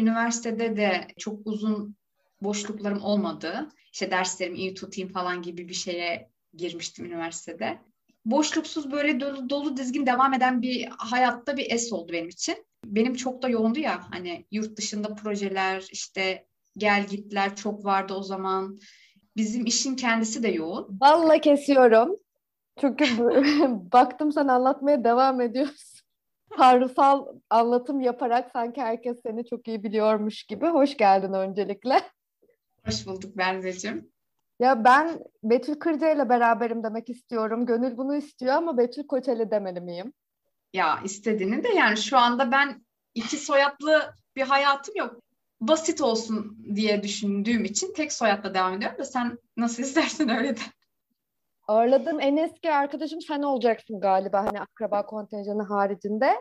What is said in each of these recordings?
üniversitede de çok uzun boşluklarım olmadı. İşte derslerimi iyi tutayım falan gibi bir şeye girmiştim üniversitede. Boşluksuz böyle dolu dizgin devam eden bir hayatta bir es oldu benim için. Benim çok da yoğundu ya, hani yurt dışında projeler, işte gel gitler çok vardı o zaman. Bizim işin kendisi de yoğun. Balla kesiyorum. Çünkü baktım sen anlatmaya devam ediyorsun. Tanrısal anlatım yaparak sanki herkes seni çok iyi biliyormuş gibi. Hoş geldin öncelikle. Hoş bulduk Merveciğim. Ya ben Betül Kırca ile beraberim demek istiyorum. Gönül bunu istiyor ama Betül Koçeli demeli miyim? Ya istediğini de, yani şu anda ben iki soyadlı bir hayatım yok. Basit olsun diye düşündüğüm için tek soyadla devam ediyorum da sen nasıl istersen öyle de. Ağırladığım en eski arkadaşım sen olacaksın galiba. Hani akraba kontenjanı haricinde.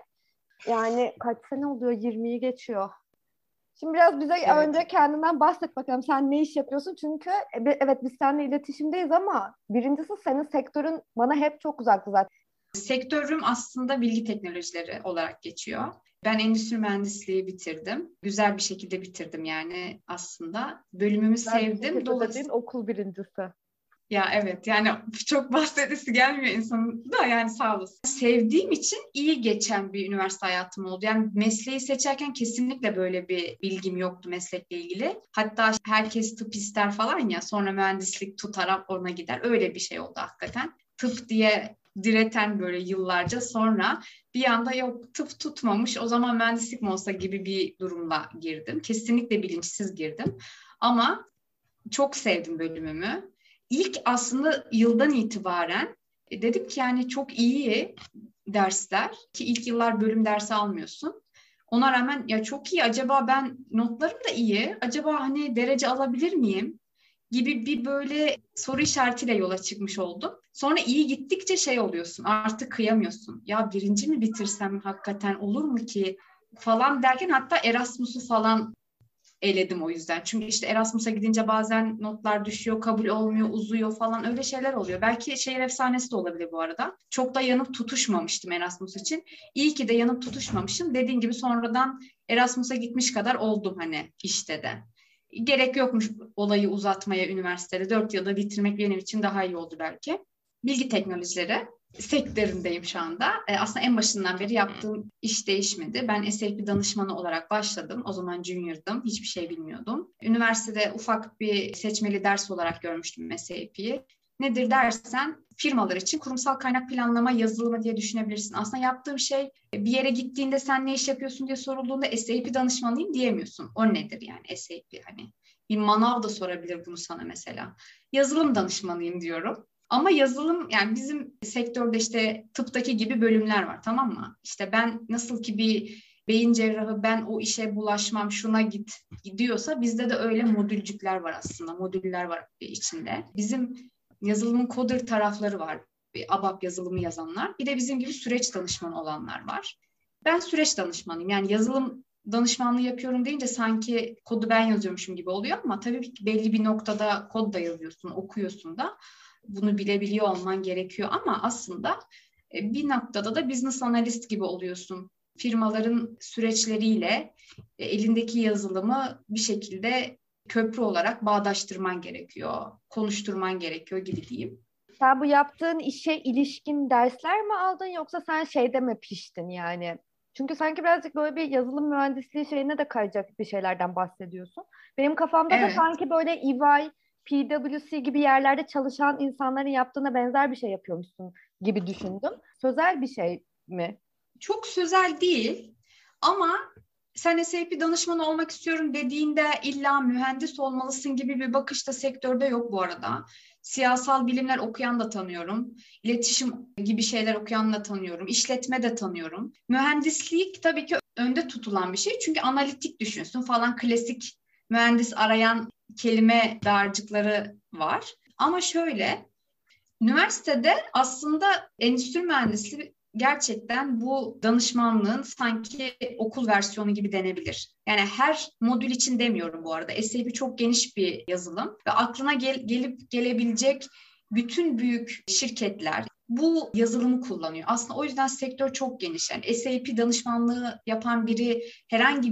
Yani kaç sene oluyor? 20'yi geçiyor. Şimdi biraz bize Evet. önce kendinden bahset bakalım. Sen ne iş yapıyorsun? Çünkü evet biz seninle iletişimdeyiz ama birincisi senin sektörün bana hep çok uzaktı zaten. Sektörüm aslında bilgi teknolojileri olarak geçiyor. Ben endüstri mühendisliği bitirdim. Güzel bir şekilde bitirdim yani aslında. Bölümümü Güzel bir sevdim. şekilde dediğin Dolayısıyla okul birincisi. ya evet, yani çok bahsedesi gelmiyor insanın da, yani sağ olasın. Sevdiğim için iyi geçen bir üniversite hayatım oldu. Yani mesleği seçerken kesinlikle böyle bir bilgim yoktu meslekle ilgili. Hatta herkes tıp ister falan ya, sonra mühendislik tutar ona gider. Öyle bir şey oldu hakikaten. Tıp diye direten böyle yıllarca, sonra bir anda yok tıp tutmamış, o zaman mühendislik mi olsa gibi bir durumla girdim. Kesinlikle bilinçsiz girdim. Ama çok sevdim bölümümü. İlk aslında yıldan itibaren dedim ki yani çok iyi dersler, ki ilk yıllar bölüm dersi almıyorsun. Ona rağmen ya çok iyi, acaba ben notlarım da iyi, acaba hani derece alabilir miyim gibi bir böyle soru işaretiyle yola çıkmış oldum. Sonra iyi gittikçe şey oluyorsun, artık kıyamıyorsun. Ya birinci mi bitirsem hakikaten olur mu ki falan derken, hatta Erasmus'u falan eledim o yüzden. Çünkü işte Erasmus'a gidince bazen notlar düşüyor, kabul olmuyor, uzuyor falan, öyle şeyler oluyor. Belki şehir efsanesi de olabilir bu arada. Çok da yanıp tutuşmamıştım Erasmus için. İyi ki de yanıp tutuşmamışım. Dediğin gibi sonradan Erasmus'a gitmiş kadar oldum hani işte de. Gerek yokmuş olayı uzatmaya üniversitede. 4 yılda bitirmek benim için daha iyi oldu belki. Bilgi teknolojileri sektöründeyim şu anda. Aslında en başından beri yaptığım iş değişmedi. Ben SAP danışmanı olarak başladım. O zaman junior'dım. Hiçbir şey bilmiyordum. Üniversitede ufak bir seçmeli ders olarak görmüştüm SAP'yi. Nedir dersen, firmalar için kurumsal kaynak planlama yazılımı diye düşünebilirsin. Aslında yaptığım şey, bir yere gittiğinde sen ne iş yapıyorsun diye sorulduğunda SAP danışmanıyım diyemiyorsun. O nedir yani SAP, hani bir manav da sorabilir bunu sana mesela. Yazılım danışmanıyım diyorum. Ama yazılım, yani bizim sektörde işte tıptaki gibi bölümler var, tamam mı? İşte ben nasıl ki bir beyin cerrahı ben o işe bulaşmam, şuna git gidiyorsa, bizde de öyle modülcükler var aslında. Modüller var içinde. Bizim yazılımın coder tarafları var. ABAP yazılımı yazanlar. Bir de bizim gibi süreç danışmanı olanlar var. Ben süreç danışmanıyım. Yani yazılım danışmanlığı yapıyorum deyince sanki kodu ben yazıyormuşum gibi oluyor, ama tabii ki belli bir noktada kod da yazıyorsun, okuyorsun da. Bunu bilebiliyor olman gerekiyor, ama aslında bir noktada da business analist gibi oluyorsun. Firmaların süreçleriyle elindeki yazılımı bir şekilde köprü olarak bağdaştırman gerekiyor, konuşturman gerekiyor gibi diyeyim. Sen bu yaptığın işe ilişkin dersler mi aldın yoksa sen şeyde mi piştin yani? Çünkü sanki birazcık böyle bir yazılım mühendisliği şeyine de kayacak bir şeylerden bahsediyorsun. Benim kafamda da Evet. sanki böyle EY, PwC gibi yerlerde çalışan insanların yaptığına benzer bir şey yapıyormuşsun gibi düşündüm. Sözel bir şey mi? Çok sözel değil, ama sen SAP danışmanı olmak istiyorum dediğinde illa mühendis olmalısın gibi bir bakış da sektörde yok bu arada. Siyasal bilimler okuyan da tanıyorum. İletişim gibi şeyler okuyan da tanıyorum. İşletme de tanıyorum. Mühendislik tabii ki önde tutulan bir şey. Çünkü analitik düşünsün falan, klasik mühendis arayan kelime dağarcıkları var. Ama şöyle, üniversitede aslında endüstri mühendisliği gerçekten bu danışmanlığın sanki okul versiyonu gibi denebilir. Yani her modül için demiyorum bu arada. SAP çok geniş bir yazılım ve aklına gelip gelebilecek bütün büyük şirketler bu yazılımı kullanıyor. Aslında o yüzden sektör çok geniş. Yani SAP danışmanlığı yapan biri herhangi bir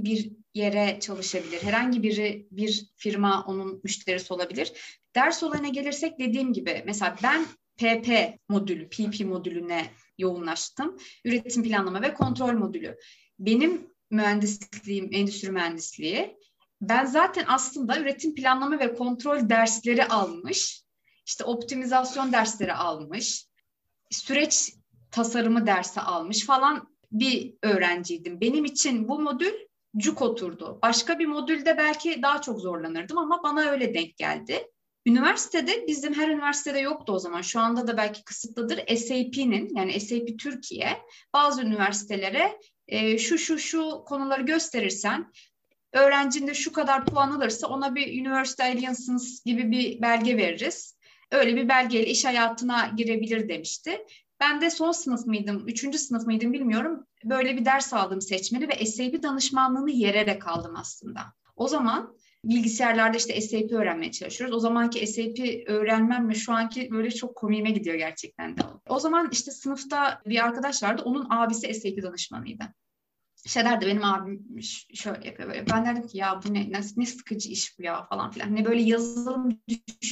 yere çalışabilir. Herhangi bir firma onun müşterisi olabilir. Ders olayına gelirsek dediğim gibi mesela ben PP modülüne yoğunlaştım. Üretim planlama ve kontrol modülü. Benim mühendisliğim endüstri mühendisliği. Ben zaten aslında üretim planlama ve kontrol dersleri almış, işte optimizasyon dersleri almış, süreç tasarımı dersi almış falan bir öğrenciydim. Benim için bu modül cuk oturdu. Başka bir modülde belki daha çok zorlanırdım ama bana öyle denk geldi. Üniversitede bizim her üniversitede yoktu o zaman. Şu anda da belki kısıtlıdır. SAP'nin yani SAP Türkiye bazı üniversitelere şu konuları gösterirsen öğrencin de şu kadar puan alırsa ona bir University Alliance gibi bir belge veririz. Öyle bir belgeyle iş hayatına girebilir demişti. Ben de son sınıf mıydım, üçüncü sınıf mıydım bilmiyorum. Böyle bir ders aldım seçmeli ve SAP danışmanlığını yererek aldım aslında. O zaman bilgisayarlarda işte SAP öğrenmeye çalışıyoruz. O zamanki SAP öğrenmem ve şu anki böyle çok komiğime gidiyor gerçekten de. O zaman işte sınıfta bir arkadaş vardı, onun abisi SAP danışmanıydı. Şey derdi benim abim şöyle yapıyor böyle. Ben derdim ki ya bu ne sıkıcı iş bu ya falan filan. Hani böyle yazılım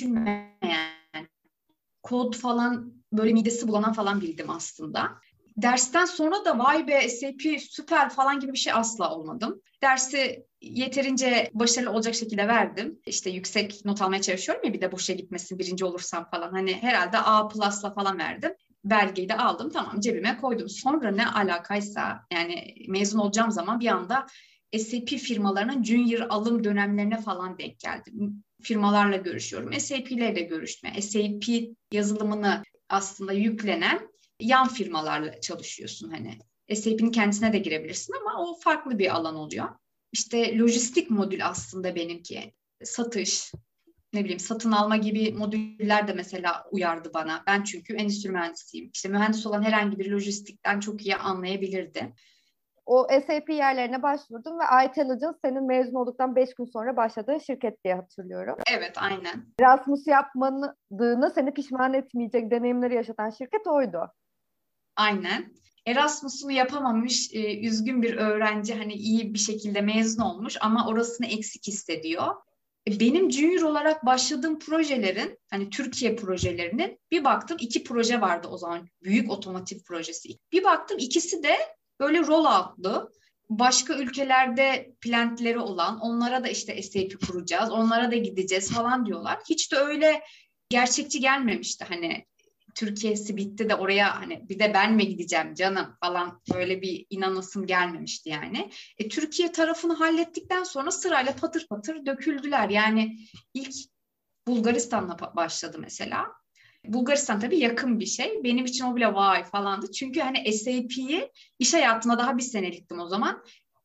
düşünmeyen, kod falan böyle midesi bulanan falan bildim aslında. Dersten sonra da vay be SAP süper falan gibi bir şey asla olmadım. Dersi yeterince başarılı olacak şekilde verdim. İşte yüksek not almaya çalışıyorum ya bir de boşa gitmesin birinci olursam falan. Hani herhalde A+'la falan verdim. Belgeyi de aldım tamam cebime koydum. Sonra ne alakaysa yani mezun olacağım zaman bir anda SAP firmalarının junior alım dönemlerine falan denk geldim. Firmalarla görüşüyorum. SAP'lerle görüşme. SAP yazılımını aslında yüklenen yan firmalarla çalışıyorsun hani. SAP'nin kendisine de girebilirsin ama o farklı bir alan oluyor. İşte lojistik modül aslında benimki. Satış, ne bileyim satın alma gibi modüller de mesela uyardı bana. Ben çünkü endüstri mühendisiyim. İşte mühendis olan herhangi bir lojistikten çok iyi anlayabilirdi. O SAP yerlerine başvurdum ve iTelligence senin mezun olduktan 5 gün sonra başladığın şirket diye hatırlıyorum. Evet, aynen. Erasmus yapmadığını seni pişman etmeyecek deneyimleri yaşatan şirket oydu. Aynen. Erasmus'unu yapamamış, üzgün bir öğrenci hani iyi bir şekilde mezun olmuş ama orasını eksik hissediyor. Benim junior olarak başladığım projelerin, hani Türkiye projelerinin bir baktım 2 proje vardı o zaman. Büyük otomotiv projesi. Bir baktım ikisi de böyle rollout'lu. Başka ülkelerde plantleri olan, onlara da işte SAP kuracağız, onlara da gideceğiz falan diyorlar. Hiç de öyle gerçekçi gelmemişti hani Türkiye'si bitti de oraya hani bir de ben mi gideceğim canım falan böyle bir inanasım gelmemişti yani. Türkiye tarafını hallettikten sonra sırayla patır patır döküldüler. Yani ilk Bulgaristan'la başladı mesela. Bulgaristan tabii yakın bir şey. Benim için o bile vay falandı. Çünkü hani SAP'yi iş hayatına daha bir seneliktim o zaman.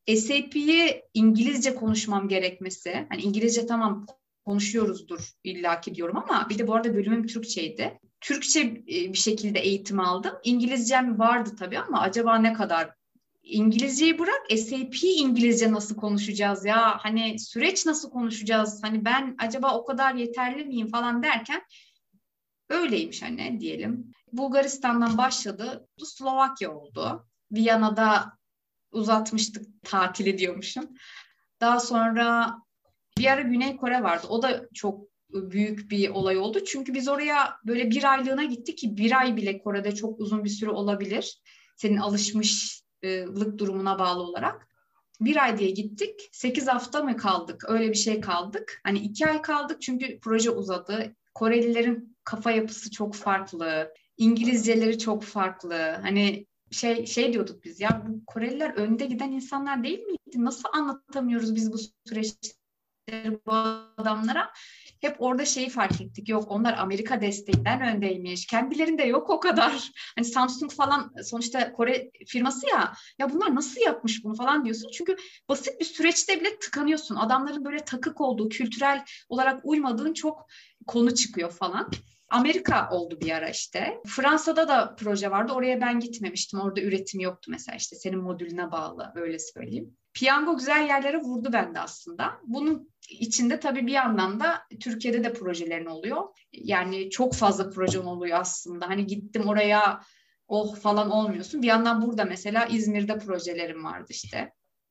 SAP'yi İngilizce konuşmam gerekmesi. Hani İngilizce tamam konuşuyoruzdur illaki diyorum ama bir de bu arada bölümüm Türkçeydi. Türkçe bir şekilde eğitim aldım. İngilizcem vardı tabii ama acaba ne kadar? İngilizceyi bırak, SAP İngilizce nasıl konuşacağız ya? Hani süreç nasıl konuşacağız? Hani ben acaba o kadar yeterli miyim falan derken öyleymiş hani diyelim. Bulgaristan'dan başladı. Slovakya oldu. Viyana'da uzatmıştık tatili diyormuşum. Daha sonra bir ara Güney Kore vardı. O da çok büyük bir olay oldu. Çünkü biz oraya böyle bir aylığına gittik ki bir ay bile Kore'de çok uzun bir süre olabilir. Senin alışmışlık durumuna bağlı olarak. Bir ay diye gittik. 8 hafta mı kaldık? Öyle bir şey kaldık. Hani 2 ay kaldık çünkü proje uzadı. Korelilerin kafa yapısı çok farklı. İngilizceleri çok farklı. Hani şey diyorduk biz ya bu Koreliler önde giden insanlar değil miydi? Nasıl anlatamıyoruz biz bu süreçleri bu adamlara? Hep orada şeyi fark ettik. Yok onlar Amerika desteğinden öndeymiş. Kendilerinde yok o kadar. Hani Samsung falan sonuçta Kore firması ya. Ya bunlar nasıl yapmış bunu falan diyorsun. Çünkü basit bir süreçte bile tıkanıyorsun. Adamların böyle takık olduğu, kültürel olarak uymadığın çok konu çıkıyor falan. Amerika oldu bir ara işte. Fransa'da da proje vardı. Oraya ben gitmemiştim. Orada üretim yoktu mesela işte senin modülüne bağlı öyle söyleyeyim. Piyango güzel yerlere vurdu bende aslında. Bunun içinde tabii bir yandan da Türkiye'de de projelerin oluyor. Yani çok fazla projen oluyor aslında. Hani gittim oraya oh falan olmuyorsun. Bir yandan burada mesela İzmir'de projelerim vardı işte.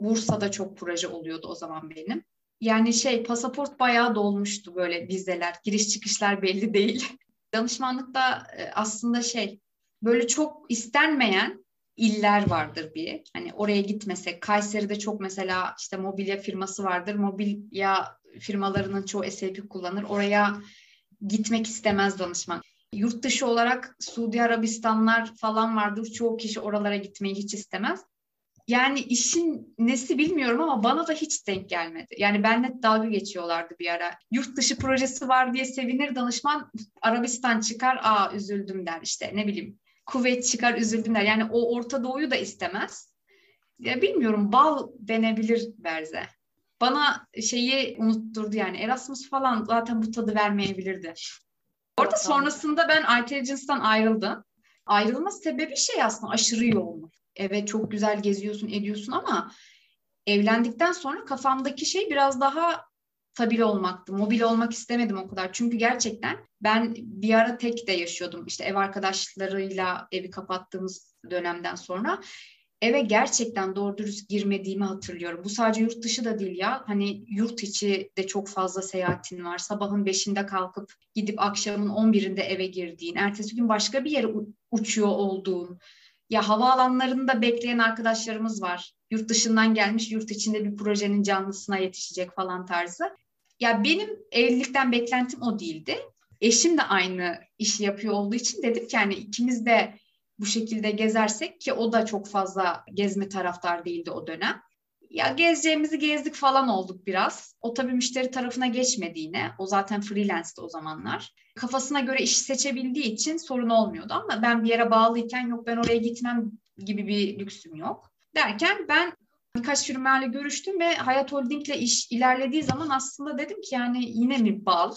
Bursa'da çok proje oluyordu o zaman benim. Yani pasaport bayağı dolmuştu, böyle vizeler, giriş çıkışlar belli değil. Danışmanlıkta aslında böyle çok istenmeyen iller vardır bir. Hani oraya gitmesek, Kayseri'de çok mesela işte mobilya firması vardır. Mobilya firmalarının çoğu SAP kullanır. Oraya gitmek istemez danışman. Yurt dışı olarak Suudi Arabistanlar falan vardır. Çoğu kişi oralara gitmeyi hiç istemez. Yani işin nesi bilmiyorum ama bana da hiç denk gelmedi. Yani benimle dalga geçiyorlardı bir ara. Yurt dışı projesi var diye sevinir danışman, Arabistan çıkar, üzüldüm der, işte ne bileyim. Kuveyt çıkar, üzüldüm der. Yani o Orta Doğu'yu da istemez. Ya bilmiyorum, bal denebilir Berze. Bana şeyi unutturdu, yani Erasmus falan zaten bu tadı vermeyebilirdi. Orada sonrasında ben IT Agency'den ayrıldım. Ayrılma sebebi aslında aşırı yoğunluk. Evet, çok güzel geziyorsun, ediyorsun ama evlendikten sonra kafamdaki biraz daha stabil olmaktı. Mobil olmak istemedim o kadar. Çünkü gerçekten ben bir ara tek de yaşıyordum. İşte ev arkadaşlarıyla evi kapattığımız dönemden sonra eve gerçekten doğru dürüst girmediğimi hatırlıyorum. Bu sadece yurt dışı da değil ya. Hani yurt içi de çok fazla seyahatin var. Sabahın 5'inde kalkıp gidip akşamın 11'inde eve girdiğin, ertesi gün başka bir yere uçuyor olduğun. Ya havaalanlarında bekleyen arkadaşlarımız var. Yurt dışından gelmiş, yurt içinde bir projenin canlısına yetişecek falan tarzı. Ya benim evlilikten beklentim o değildi. Eşim de aynı işi yapıyor olduğu için dedim ki hani ikimiz de bu şekilde gezersek, ki o da çok fazla gezme taraftar değildi o dönem. Ya gezeceğimizi gezdik falan olduk biraz. O tabii müşteri tarafına geçmedi yine. O zaten freelance'di o zamanlar. Kafasına göre iş seçebildiği için sorun olmuyordu ama ben bir yere bağlıyken yok ben oraya gitmem gibi bir lüksüm yok. Derken ben birkaç firmayla görüştüm ve Hayat Holding'le iş ilerlediği zaman aslında dedim ki yani yine mi bal?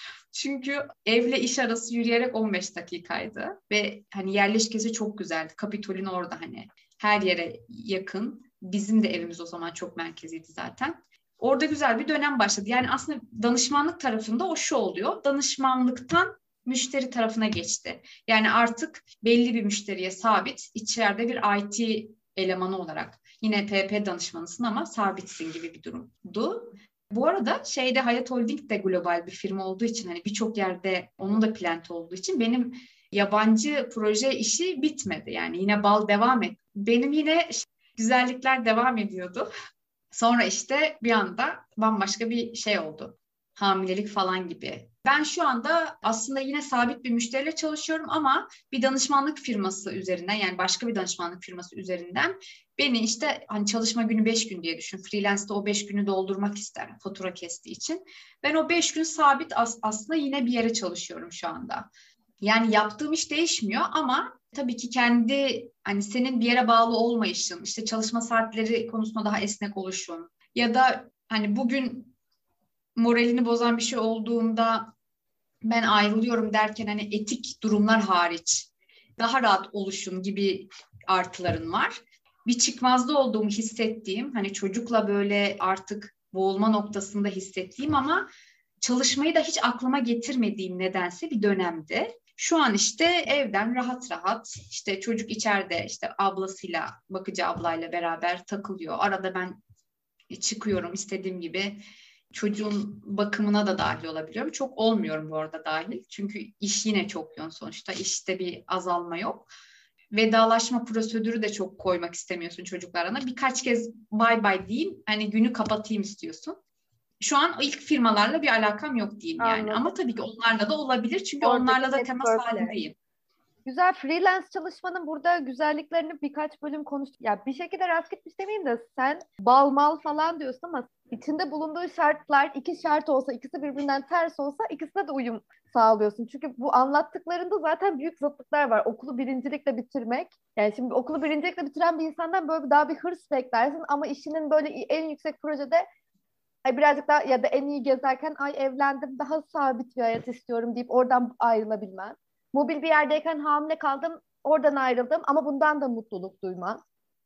Çünkü evle iş arası yürüyerek 15 dakikaydı ve hani yerleşkesi çok güzeldi. Kapitol'ün orada, hani her yere yakın. Bizim de evimiz o zaman çok merkeziydi zaten. Orada güzel bir dönem başladı. Yani aslında danışmanlık tarafında o oluyor. Danışmanlıktan müşteri tarafına geçti. Yani artık belli bir müşteriye sabit, içeride bir IT elemanı olarak. Yine PP danışmanısın ama sabitsin gibi bir durumdu. Bu arada Hayat Holding de global bir firma olduğu için, hani birçok yerde onun da planti olduğu için benim yabancı proje işi bitmedi. Yani yine bal devam et. Benim yine güzellikler devam ediyordu. Sonra işte bir anda bambaşka bir oldu. Hamilelik falan gibi. Ben şu anda aslında yine sabit bir müşteriyle çalışıyorum ama bir danışmanlık firması üzerinden, yani başka bir danışmanlık firması üzerinden beni işte hani çalışma günü 5 gün diye düşün. Freelance'de o 5 günü doldurmak ister fatura kestiği için. Ben o 5 gün sabit aslında yine bir yere çalışıyorum şu anda. Yani yaptığım iş değişmiyor ama tabii ki kendi hani senin bir yere bağlı olmayışın, işte çalışma saatleri konusunda daha esnek oluşun ya da hani bugün moralini bozan bir şey olduğunda ben ayrılıyorum derken hani etik durumlar hariç daha rahat oluşun gibi artıların var. Bir çıkmazda olduğumu hissettiğim, hani çocukla böyle artık boğulma noktasında hissettiğim ama çalışmayı da hiç aklıma getirmediğim nedense bir dönemde. Şu an işte evden rahat rahat, işte çocuk içeride işte ablasıyla, bakıcı ablayla beraber takılıyor. Arada ben çıkıyorum istediğim gibi. Çocuğun bakımına da dahil olabiliyorum. Çok olmuyorum bu arada dahil. Çünkü iş yine çok yoğun sonuçta. İşte bir azalma yok. Vedalaşma prosedürü de çok koymak istemiyorsun çocuklarına. Birkaç kez bay bay diyeyim, hani günü kapatayım istiyorsun. Şu an ilk firmalarla bir alakam yok diyeyim yani. Anladım. Ama tabii ki onlarla da olabilir. Çünkü Oradaki onlarla da temas network'le. halindeyim. Güzel, freelance çalışmanın burada güzelliklerini birkaç bölüm konuştuk. Ya bir şekilde rast gitmiş demeyeyim de sen bal mal falan diyorsun ama içinde bulunduğu şartlar, iki şart olsa, ikisi birbirinden ters olsa ikisine de uyum sağlıyorsun. Çünkü bu anlattıklarında zaten büyük zıtlıklar var. Okulu birincilikle bitirmek. Yani şimdi okulu birincilikle bitiren bir insandan böyle daha bir hırs beklersin ama işinin böyle en yüksek projede birazcık daha ya da en iyi gezerken evlendim daha sabit bir hayat istiyorum deyip oradan ayrılabilmen. Mobil bir yerdeyken hamile kaldım, oradan ayrıldım ama bundan da mutluluk duymam.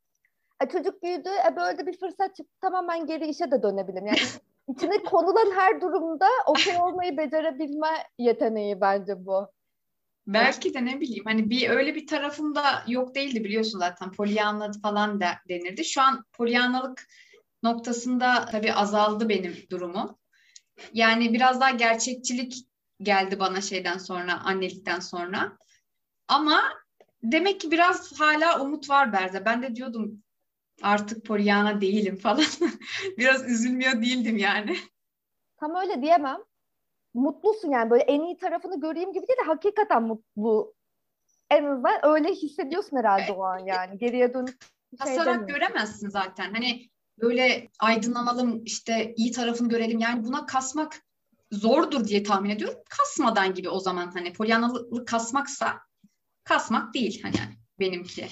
Çocuk büyüdü, böyle de bir fırsat çıktı, tamam ben geri işe de dönebilirim. Yani içine konulan her durumda okey olmayı becerebilme yeteneği bence bu. Belki de ne bileyim hani bir öyle bir tarafım da yok değildi biliyorsun zaten Pollyanna falan da denirdi. Şu an Pollyanna'lık noktasında tabii azaldı benim durumum. Yani biraz daha gerçekçilik geldi bana şeyden sonra, annelikten sonra. Ama demek ki biraz hala umut var Berze. Ben de diyordum artık Pollyanna değilim falan. Biraz üzülmüyor değildim yani. Tam öyle diyemem. Mutlusun yani, böyle en iyi tarafını göreyim gibi değil de hakikaten mutlu. En azından öyle hissediyorsun herhalde o an yani. Geriye dönüp şey Kasarak demiyorsun. göremezsin zaten. Hani böyle aydınlanalım işte iyi tarafını görelim. Yani buna kasmak zordur diye tahmin ediyorum. Kasmadan gibi o zaman hani Polyannalık kasmaksa kasmak değil hani benimki.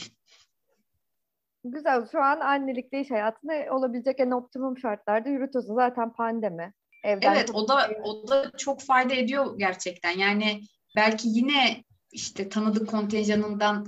Güzel. Şu an annelikle iş hayatını olabilecek en optimum şartlarda yürütüyorsun. Zaten pandemi. Evden Evet çok o da çok fayda ediyor gerçekten. Yani belki yine işte tanıdık kontenjanından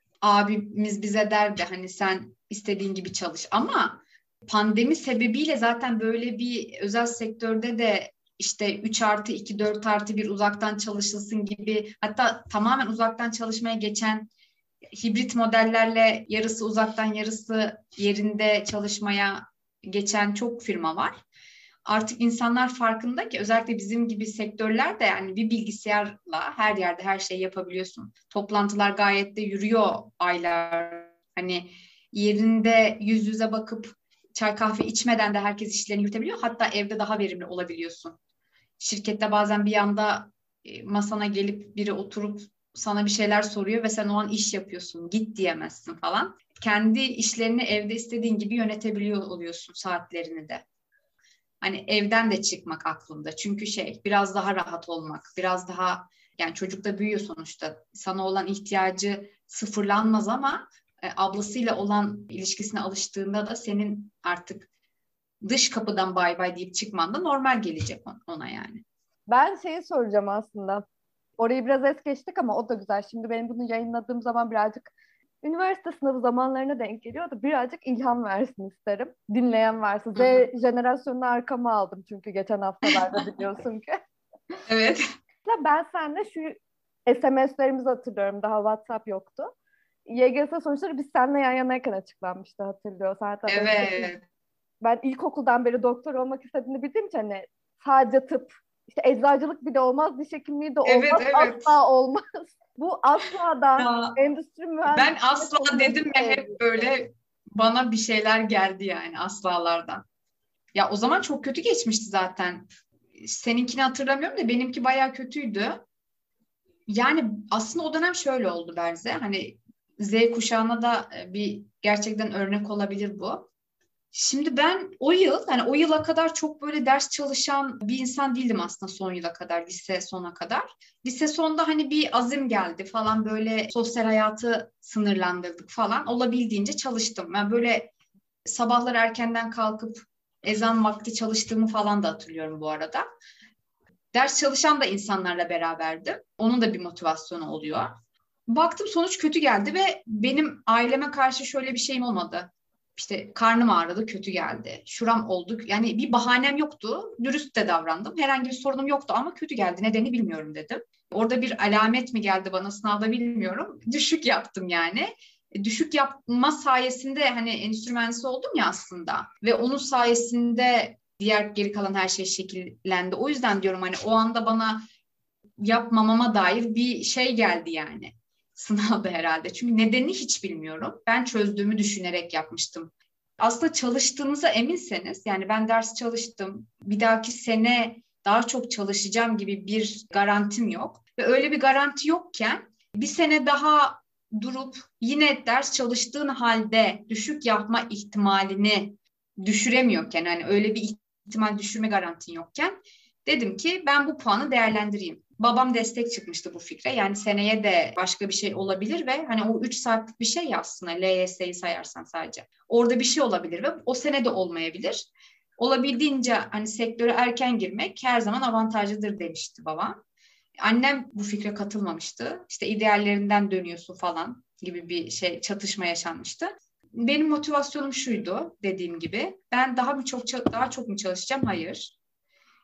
abimiz bize derdi hani sen istediğin gibi çalış ama pandemi sebebiyle zaten böyle bir özel sektörde de işte 3+2 4+1 uzaktan çalışılsın gibi hatta tamamen uzaktan çalışmaya geçen hibrit modellerle yarısı uzaktan yarısı yerinde çalışmaya geçen çok firma var. Artık insanlar farkında ki özellikle bizim gibi sektörlerde yani bir bilgisayarla her yerde her şeyi yapabiliyorsun. Toplantılar gayet de yürüyor aylar. Hani yerinde yüz yüze bakıp çay kahve içmeden de herkes işlerini yürütebiliyor. Hatta evde daha verimli olabiliyorsun. Şirkette bazen bir yanda masana gelip biri oturup sana bir şeyler soruyor ve sen o an iş yapıyorsun. Git diyemezsin falan. Kendi işlerini evde istediğin gibi yönetebiliyor oluyorsun saatlerini de. Hani evden de çıkmak aklımda. Çünkü biraz daha rahat olmak, biraz daha yani çocuk da büyüyor sonuçta. Sana olan ihtiyacı sıfırlanmaz ama ablasıyla olan ilişkisine alıştığında da senin artık dış kapıdan bay bay deyip çıkman da normal gelecek ona yani. Ben şeyi soracağım aslında. Orayı biraz es geçtik ama o da güzel. Şimdi benim bunu yayınladığım zaman birazcık üniversite sınavı zamanlarına denk geliyor da birazcık ilham versin isterim. Dinleyen varsa. Z Hı hı. jenerasyonunu arkama aldım çünkü geçen haftalarda biliyorsun ki. Evet. Ben seninle şu SMS'lerimizi hatırlıyorum. Daha WhatsApp yoktu. YGS sonuçları biz seninle yan yanayken açıklanmıştı, hatırlıyorsan. Hatta Evet. ben ilkokuldan beri doktor olmak istediğini bildiğim için hani sadece tıp, işte eczacılık bile olmaz, diş hekimliği de Evet, olmaz, evet. asla olmaz. Bu asla'dan Ya, endüstri ben mühendisliğine çok asla dedim mesut ve hep evrildi. böyle bana bir şeyler geldi yani aslalardan. Ya o zaman çok kötü geçmişti zaten. Seninkini hatırlamıyorum da benimki bayağı kötüydü. Yani aslında o dönem şöyle oldu Berze. Hani Z kuşağına da bir gerçekten örnek olabilir bu. Şimdi ben hani o yıla kadar çok böyle ders çalışan bir insan değildim aslında son yıla kadar, lise sona kadar. Lise sonda hani bir azim geldi falan böyle sosyal hayatı sınırlandırdık falan. Olabildiğince çalıştım. Ben böyle sabahlar erkenden kalkıp ezan vakti çalıştığımı falan da hatırlıyorum bu arada. Ders çalışan da insanlarla beraberdim. Onun da bir motivasyonu oluyor. Baktım sonuç kötü geldi ve benim aileme karşı şöyle bir şeyim olmadı. İşte karnım ağrıdı, kötü geldi. Şuram oldu. Yani bir bahanem yoktu. Dürüst de davrandım. Herhangi bir sorunum yoktu ama kötü geldi. Nedeni bilmiyorum dedim. Orada bir alamet mi geldi bana sınavda bilmiyorum. Düşük yaptım yani. Düşük yapma sayesinde hani endüstri mühendisi oldum ya aslında. Ve onun sayesinde diğer geri kalan her şey şekillendi. O yüzden diyorum hani o anda bana yapmamama dair bir şey geldi yani sınavda herhalde. Çünkü nedenini hiç bilmiyorum. Ben çözdüğümü düşünerek yapmıştım. Aslında çalıştığınıza eminseniz yani ben ders çalıştım. Bir dahaki sene daha çok çalışacağım gibi bir garantim yok. Ve öyle bir garanti yokken bir sene daha durup yine ders çalıştığın halde düşük yapma ihtimalini düşüremiyorken hani öyle bir ihtimal düşürme garantin yokken dedim ki ben bu puanı değerlendireyim. Babam destek çıkmıştı bu fikre. Yani seneye de başka bir şey olabilir ve hani o 3 saatlik bir şey ya aslında LYS'yi sayarsan sadece. Orada bir şey olabilir ve o sene de olmayabilir. Olabildiğince hani sektöre erken girmek her zaman avantajlıdır demişti babam. Annem bu fikre katılmamıştı. İşte ideallerinden dönüyorsun falan gibi bir şey çatışma yaşanmıştı. Benim motivasyonum şuydu dediğim gibi. Ben daha çok mu çalışacağım? Hayır.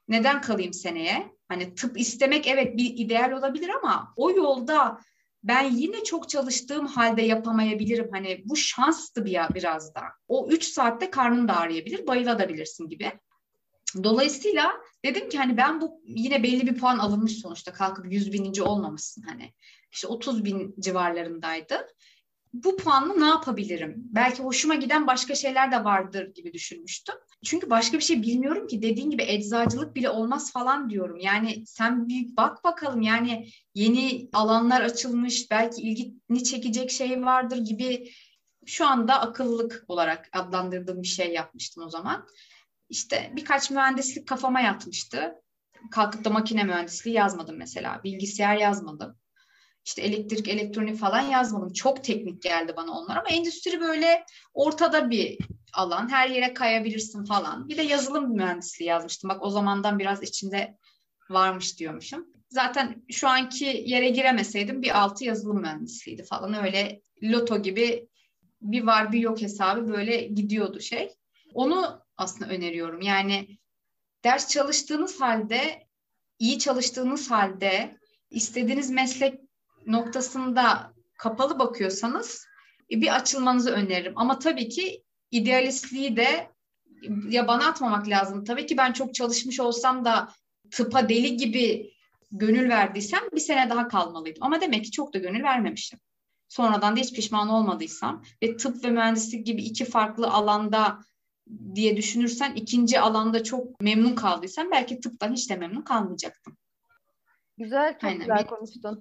Neden kalayım seneye? Hani tıp istemek evet bir ideal olabilir ama o yolda ben yine çok çalıştığım halde yapamayabilirim. Hani bu şanstı biraz da. O 3 saatte karnın da ağrıyabilir, bayılabilirsin gibi. Dolayısıyla dedim ki hani ben bu yine belli bir puan alınmış sonuçta kalkıp 100 bininci olmamışsın hani. İşte 30 bin civarlarındaydı. Bu puanla ne yapabilirim? Belki hoşuma giden başka şeyler de vardır gibi düşünmüştüm. Çünkü başka bir şey bilmiyorum ki dediğin gibi eczacılık bile olmaz falan diyorum. Yani sen bir bak bakalım yani yeni alanlar açılmış belki ilgini çekecek şey vardır gibi şu anda akıllılık olarak adlandırdığım bir şey yapmıştım o zaman. İşte birkaç mühendislik kafama yatmıştı. Kalkıp da makine mühendisliği yazmadım mesela. Bilgisayar yazmadım. İşte elektrik, elektronik falan yazmadım. Çok teknik geldi bana onlar ama endüstri böyle ortada bir alan. Her yere kayabilirsin falan. Bir de yazılım mühendisliği yazmıştım. Bak o zamandan biraz içinde varmış diyormuşum. Zaten şu anki yere giremeseydim bir altı yazılım mühendisliğiydi falan. Öyle loto gibi bir var bir yok hesabı böyle gidiyordu şey. Onu aslında öneriyorum. Yani ders çalıştığınız halde, iyi çalıştığınız halde istediğiniz meslek noktasında kapalı bakıyorsanız bir açılmanızı öneririm. Ama tabii ki idealistliği de yabana atmamak lazım. Tabii ki ben çok çalışmış olsam da tıpa deli gibi gönül verdiysem bir sene daha kalmalıydım. Ama demek ki çok da gönül vermemişim. Sonradan da hiç pişman olmadıysam ve tıp ve mühendislik gibi iki farklı alanda diye düşünürsen ikinci alanda çok memnun kaldıysan belki tıptan hiç de memnun kalmayacaktım. Güzel, çok Aynen. güzel konuştun.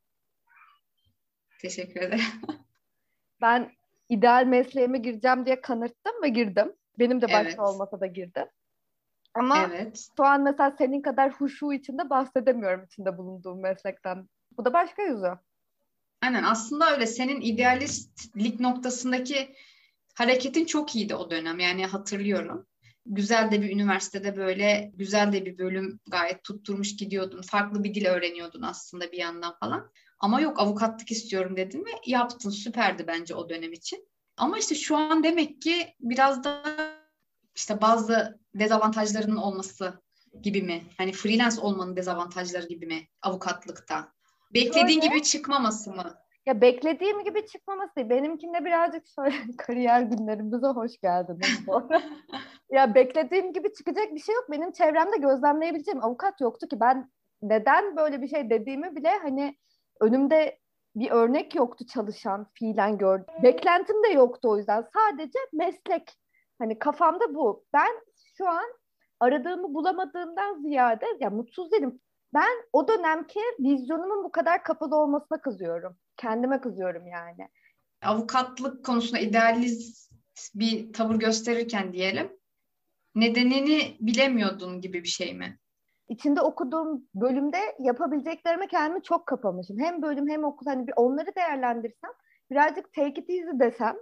Teşekkür ederim. Ben ideal mesleğime gireceğim diye kanırttım ve girdim. Benim de başta Evet. olmasa da girdim. Ama Evet. şu an mesela senin kadar huşu içinde bahsedemiyorum içinde bulunduğum meslekten. Bu da başka yüzü. Aynen aslında öyle. Senin idealistlik noktasındaki hareketin çok iyiydi o dönem. Yani hatırlıyorum. Güzel de bir üniversitede böyle güzel de bir bölüm gayet tutturmuş gidiyordun. Farklı bir dil öğreniyordun aslında bir yandan falan. Ama yok avukatlık istiyorum dedin ve yaptın. Süperdi bence o dönem için. Ama işte şu an demek ki biraz da işte bazı dezavantajlarının olması gibi mi? Hani freelance olmanın dezavantajları gibi mi avukatlıkta? Beklediğin Şöyle, gibi çıkmaması mı? ya beklediğim gibi çıkmaması değil. Benimkinde birazcık şöyle kariyer günlerimize hoş geldiniz bu arada. Ya beklediğim gibi çıkacak bir şey yok. Benim çevremde gözlemleyebileceğim avukat yoktu ki. Ben neden böyle bir şey dediğimi bile hani önümde bir örnek yoktu çalışan, fiilen gördüm. Beklentim de yoktu o yüzden. Sadece meslek. Hani kafamda bu. Ben şu an aradığımı bulamadığımdan ziyade ya mutsuz değilim. Ben o dönemki vizyonumun bu kadar kapalı olmasına kızıyorum. Kendime kızıyorum yani. Avukatlık konusunda idealist bir tavır gösterirken diyelim, nedenini bilemiyordun gibi bir şey mi? İçinde okuduğum bölümde yapabileceklerime kendimi çok kapamışım. Hem bölüm hem okul hani bir onları değerlendirsem birazcık take it easy desem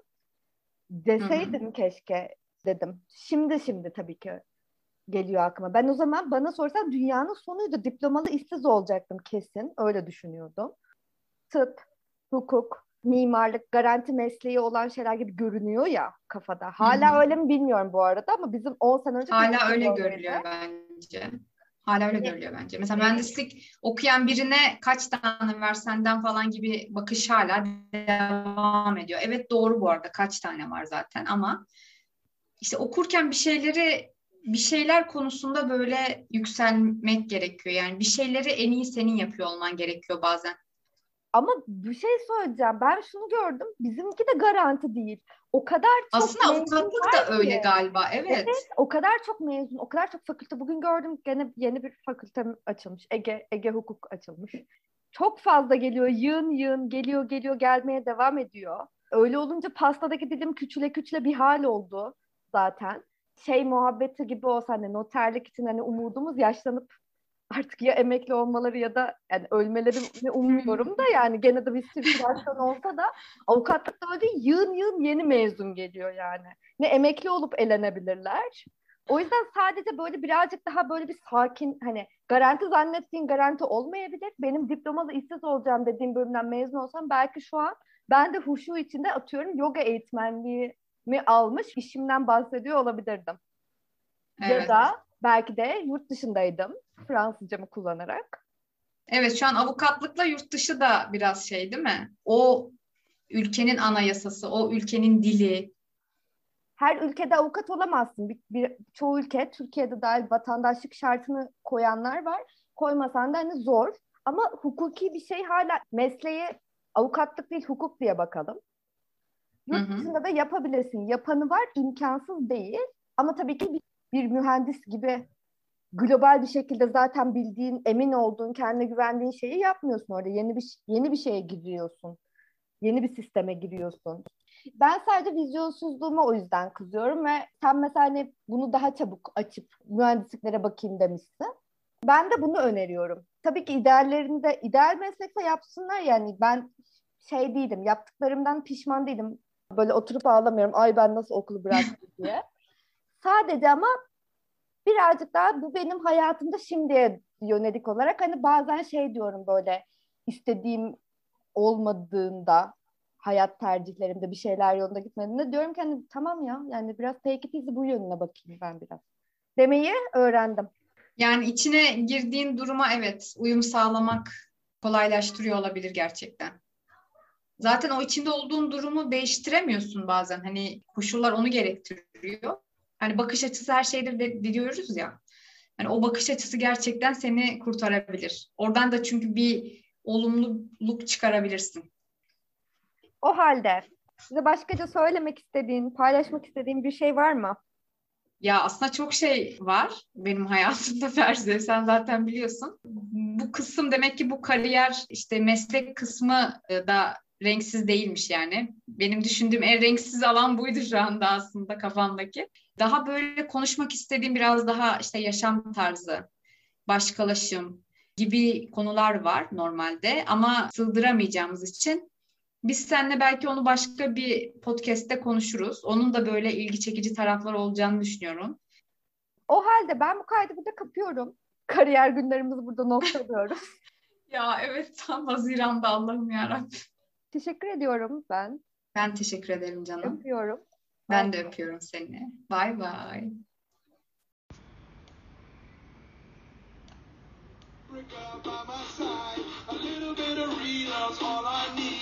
Hı hı. deseydim keşke dedim. Şimdi tabii ki geliyor aklıma. Ben o zaman bana sorsan dünyanın sonuydu. Diplomalı işsiz olacaktım kesin. Öyle düşünüyordum. Tıp, hukuk, mimarlık, garanti mesleği olan şeyler gibi görünüyor ya kafada. Hı Hala hı. öyle mi bilmiyorum bu arada ama bizim 10 sene önce Hala kesinlikle öyle öyleydi. görülüyor bence. Hala öyle Hani görülüyor bence. Mesela mühendislik okuyan birine kaç tane var senden falan gibi bakış hala devam ediyor. Evet doğru bu arada kaç tane var zaten ama işte okurken bir şeyler konusunda böyle yükselmek gerekiyor. Yani bir şeyleri en iyi senin yapıyor olman gerekiyor bazen. ama bir şey söyleyeceğim. Ben şunu gördüm. Bizimki de garanti değil. O kadar çok Aslında mezun avukatlık da var öyle ki. galiba. Evet, Evet. o kadar çok mezun, o kadar çok fakülte. Bugün gördüm gene yeni bir fakültem açılmış. Ege Hukuk açılmış. Çok fazla geliyor, yığın yığın geliyor gelmeye devam ediyor. Öyle olunca pastadaki dilim küçüle küçüle bir hal oldu zaten. Şey muhabbeti gibi olsa hani noterlik için hani umudumuz yaşlanıp artık ya emekli olmaları ya da yani ölmelerini ummuyorum da yani gene de bir sirkülasyon olsa da avukatlıkta öyle yığın yığın yeni mezun geliyor yani. Ne emekli olup elenebilirler. O yüzden sadece böyle birazcık daha böyle bir sakin hani garanti zannettiğin garanti olmayabilir. Benim diplomalı işsiz olacağım dediğim bölümden mezun olsam belki şu an ben de huşu içinde atıyorum yoga eğitmenliği mi almış işimden bahsediyor olabilirdim. Ya Evet. da Belki de yurt dışındaydım Fransızcamı kullanarak. Evet, şu an avukatlıkla yurt dışı da biraz şey değil mi? O ülkenin anayasası, o ülkenin dili. Her ülkede avukat olamazsın. Çoğu ülke, Türkiye'de dahil vatandaşlık şartını koyanlar var. Koymasan da hani zor. Ama hukuki bir şey hala mesleğe avukatlık değil hukuk diye bakalım. Hı Yurt hı. dışında da yapabilirsin. Yapanı var, imkansız değil. Ama tabii ki bir mühendis gibi global bir şekilde zaten bildiğin, emin olduğun, kendine güvendiğin şeyi yapmıyorsun orada. Yeni bir şeye giriyorsun. Yeni bir sisteme giriyorsun. Ben sadece vizyonsuzluğuma o yüzden kızıyorum ve sen mesela hani bunu daha çabuk açıp mühendisliklere bakayım demişsin. Ben de bunu öneriyorum. Tabii ki ideal meslekse yapsınlar yani ben şey değilim, yaptıklarımdan pişman değilim. Böyle oturup ağlamıyorum, ay ben nasıl okulu bıraktım diye. Sadece ama birazcık daha bu benim hayatımda şimdiye yönelik olarak hani bazen şey diyorum böyle istediğim olmadığında hayat tercihlerimde bir şeyler yolunda gitmediğinde diyorum ki hani tamam ya yani biraz take it easy bu yönüne bakayım ben biraz demeyi öğrendim. Yani içine girdiğin duruma evet uyum sağlamak kolaylaştırıyor olabilir gerçekten. Zaten o içinde olduğun durumu değiştiremiyorsun bazen. Hani koşullar onu gerektiriyor. Hani bakış açısı her şeydir diyoruz ya. Hani o bakış açısı gerçekten seni kurtarabilir. Oradan da çünkü bir olumluluk çıkarabilirsin. O halde size başkaca söylemek istediğin, paylaşmak istediğin bir şey var mı? Ya aslında çok şey var benim hayatımda Ferzi. Sen zaten biliyorsun. Bu kısım demek ki bu kariyer işte meslek kısmı da renksiz değilmiş yani. Benim düşündüğüm en renksiz alan buydu şu anda aslında kafamdaki. Daha böyle konuşmak istediğim biraz daha işte yaşam tarzı, başkalaşım gibi konular var normalde ama sığdıramayacağımız için biz seninle belki onu başka bir podcast'te konuşuruz. Onun da böyle ilgi çekici tarafları olacağını düşünüyorum. O halde ben bu kaydı burada kapıyorum. Kariyer günlerimizi burada noktalıyoruz. Ya evet tam Haziran'da Allah'ım yarabbim. Teşekkür ediyorum ben. Ben teşekkür ederim canım. Öpüyorum. Bye. Ben de öpüyorum seni. Bay bay. By my side, a little bit of real love's all I need.